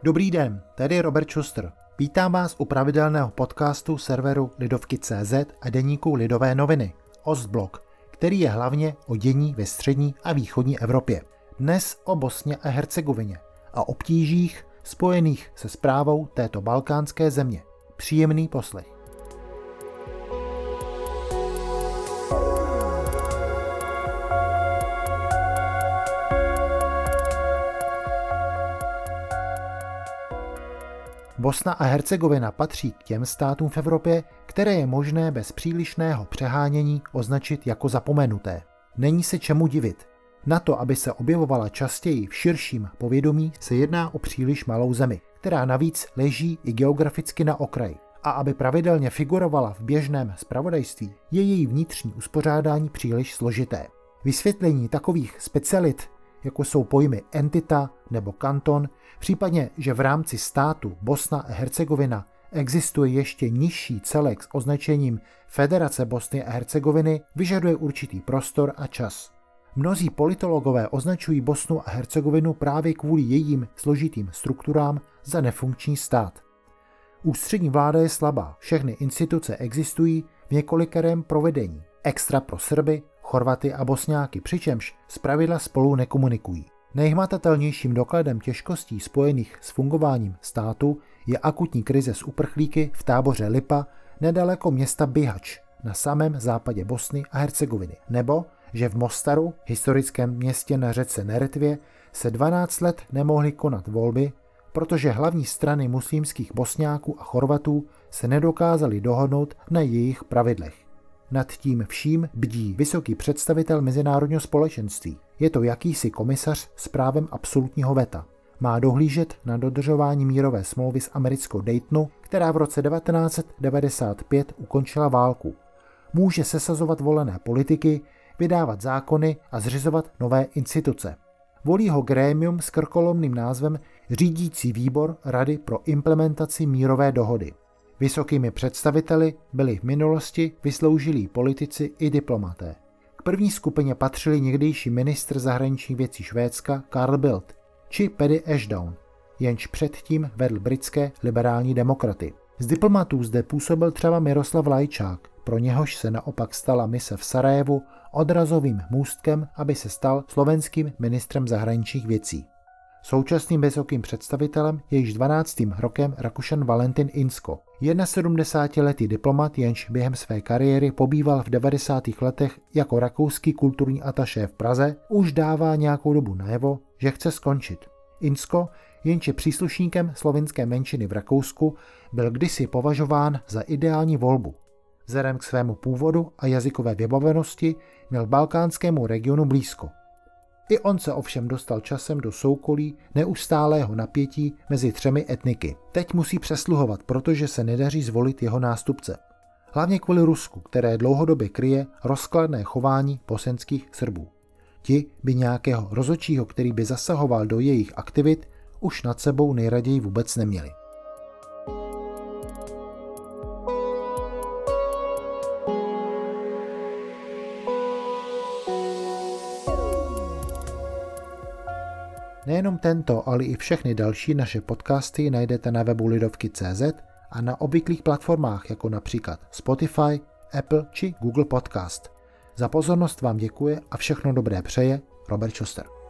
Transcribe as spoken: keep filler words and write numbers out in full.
Dobrý den, tady je Robert Schuster. Vítám vás u pravidelného podcastu serveru Lidovky tečka cé zet a deníku Lidové noviny, Ostblok, který je hlavně o dění ve střední a východní Evropě. Dnes o Bosně a Hercegovině a obtížích spojených se správou této balkánské země. Příjemný poslech. Bosna a Hercegovina patří k těm státům v Evropě, které je možné bez přílišného přehánění označit jako zapomenuté. Není se čemu divit. Na to, aby se objevovala častěji v širším povědomí, se jedná o příliš malou zemi, která navíc leží i geograficky na okraji. A aby pravidelně figurovala v běžném zpravodajství, je její vnitřní uspořádání příliš složité. Vysvětlení takových specialit, jako jsou pojmy entita nebo kanton, případně, že v rámci státu Bosna a Hercegovina existuje ještě nižší celek s označením Federace Bosny a Hercegoviny, vyžaduje určitý prostor a čas. Mnozí politologové označují Bosnu a Hercegovinu právě kvůli jejím složitým strukturám za nefunkční stát. Ústřední vláda je slabá, všechny instituce existují v několikerém provedení, extra pro Srby, Chorvaty a Bosňáky, přičemž zpravidla spolu nekomunikují. Nejhmatatelnějším dokladem těžkostí spojených s fungováním státu je akutní krize s uprchlíky v táboře Lipa nedaleko města Bihač na samém západě Bosny a Hercegoviny, nebo že v Mostaru, historickém městě na řece Neretvě, se dvanáct let nemohly konat volby, protože hlavní strany muslimských Bosňáků a Chorvatů se nedokázaly dohodnout na jejich pravidlech. Nad tím vším bdí vysoký představitel mezinárodního společenství. Je to jakýsi komisař s právem absolutního veta. Má dohlížet na dodržování mírové smlouvy z americkou Daytonu, která v roce devatenáct set devadesát pět ukončila válku. Může sesazovat volené politiky, vydávat zákony a zřizovat nové instituce. Volí ho grémium s krkolomným názvem Řídící výbor Rady pro implementaci mírové dohody. Vysokými představiteli byli v minulosti vysloužilí politici i diplomaté. K první skupině patřili někdejší ministr zahraničních věcí Švédska Carl Bildt či Paddy Ashdown, jenž předtím vedl britské liberální demokraty. Z diplomatů zde působil třeba Miroslav Lajčák, pro něhož se naopak stala mise v Sarajevu odrazovým můstkem, aby se stal slovenským ministrem zahraničních věcí. Současným vysokým představitelem je již dvanáctým rokem Rakušan Valentin Inzko. sedmdesátiletý diplomat, jenž během své kariéry pobýval v devadesátých letech jako rakouský kulturní atašé v Praze, už dává nějakou dobu najevo, že chce skončit. Inzko, jenž je příslušníkem slovinské menšiny v Rakousku, byl kdysi považován za ideální volbu. Vzhledem k svému původu a jazykové vybavenosti měl balkánskému regionu blízko. I on se ovšem dostal časem do soukolí neustálého napětí mezi třemi etniky. Teď musí přesluhovat, protože se nedaří zvolit jeho nástupce. Hlavně kvůli Rusku, které dlouhodobě kryje rozkladné chování bosenských Srbů. Ti by nějakého rozhodčího, který by zasahoval do jejich aktivit, už nad sebou nejraději vůbec neměli. Nejenom tento, ale i všechny další naše podcasty najdete na webu Lidovky tečka cé zet a na obvyklých platformách jako například Spotify, Apple či Google Podcast. Za pozornost vám děkuje a všechno dobré přeje Robert Schuster.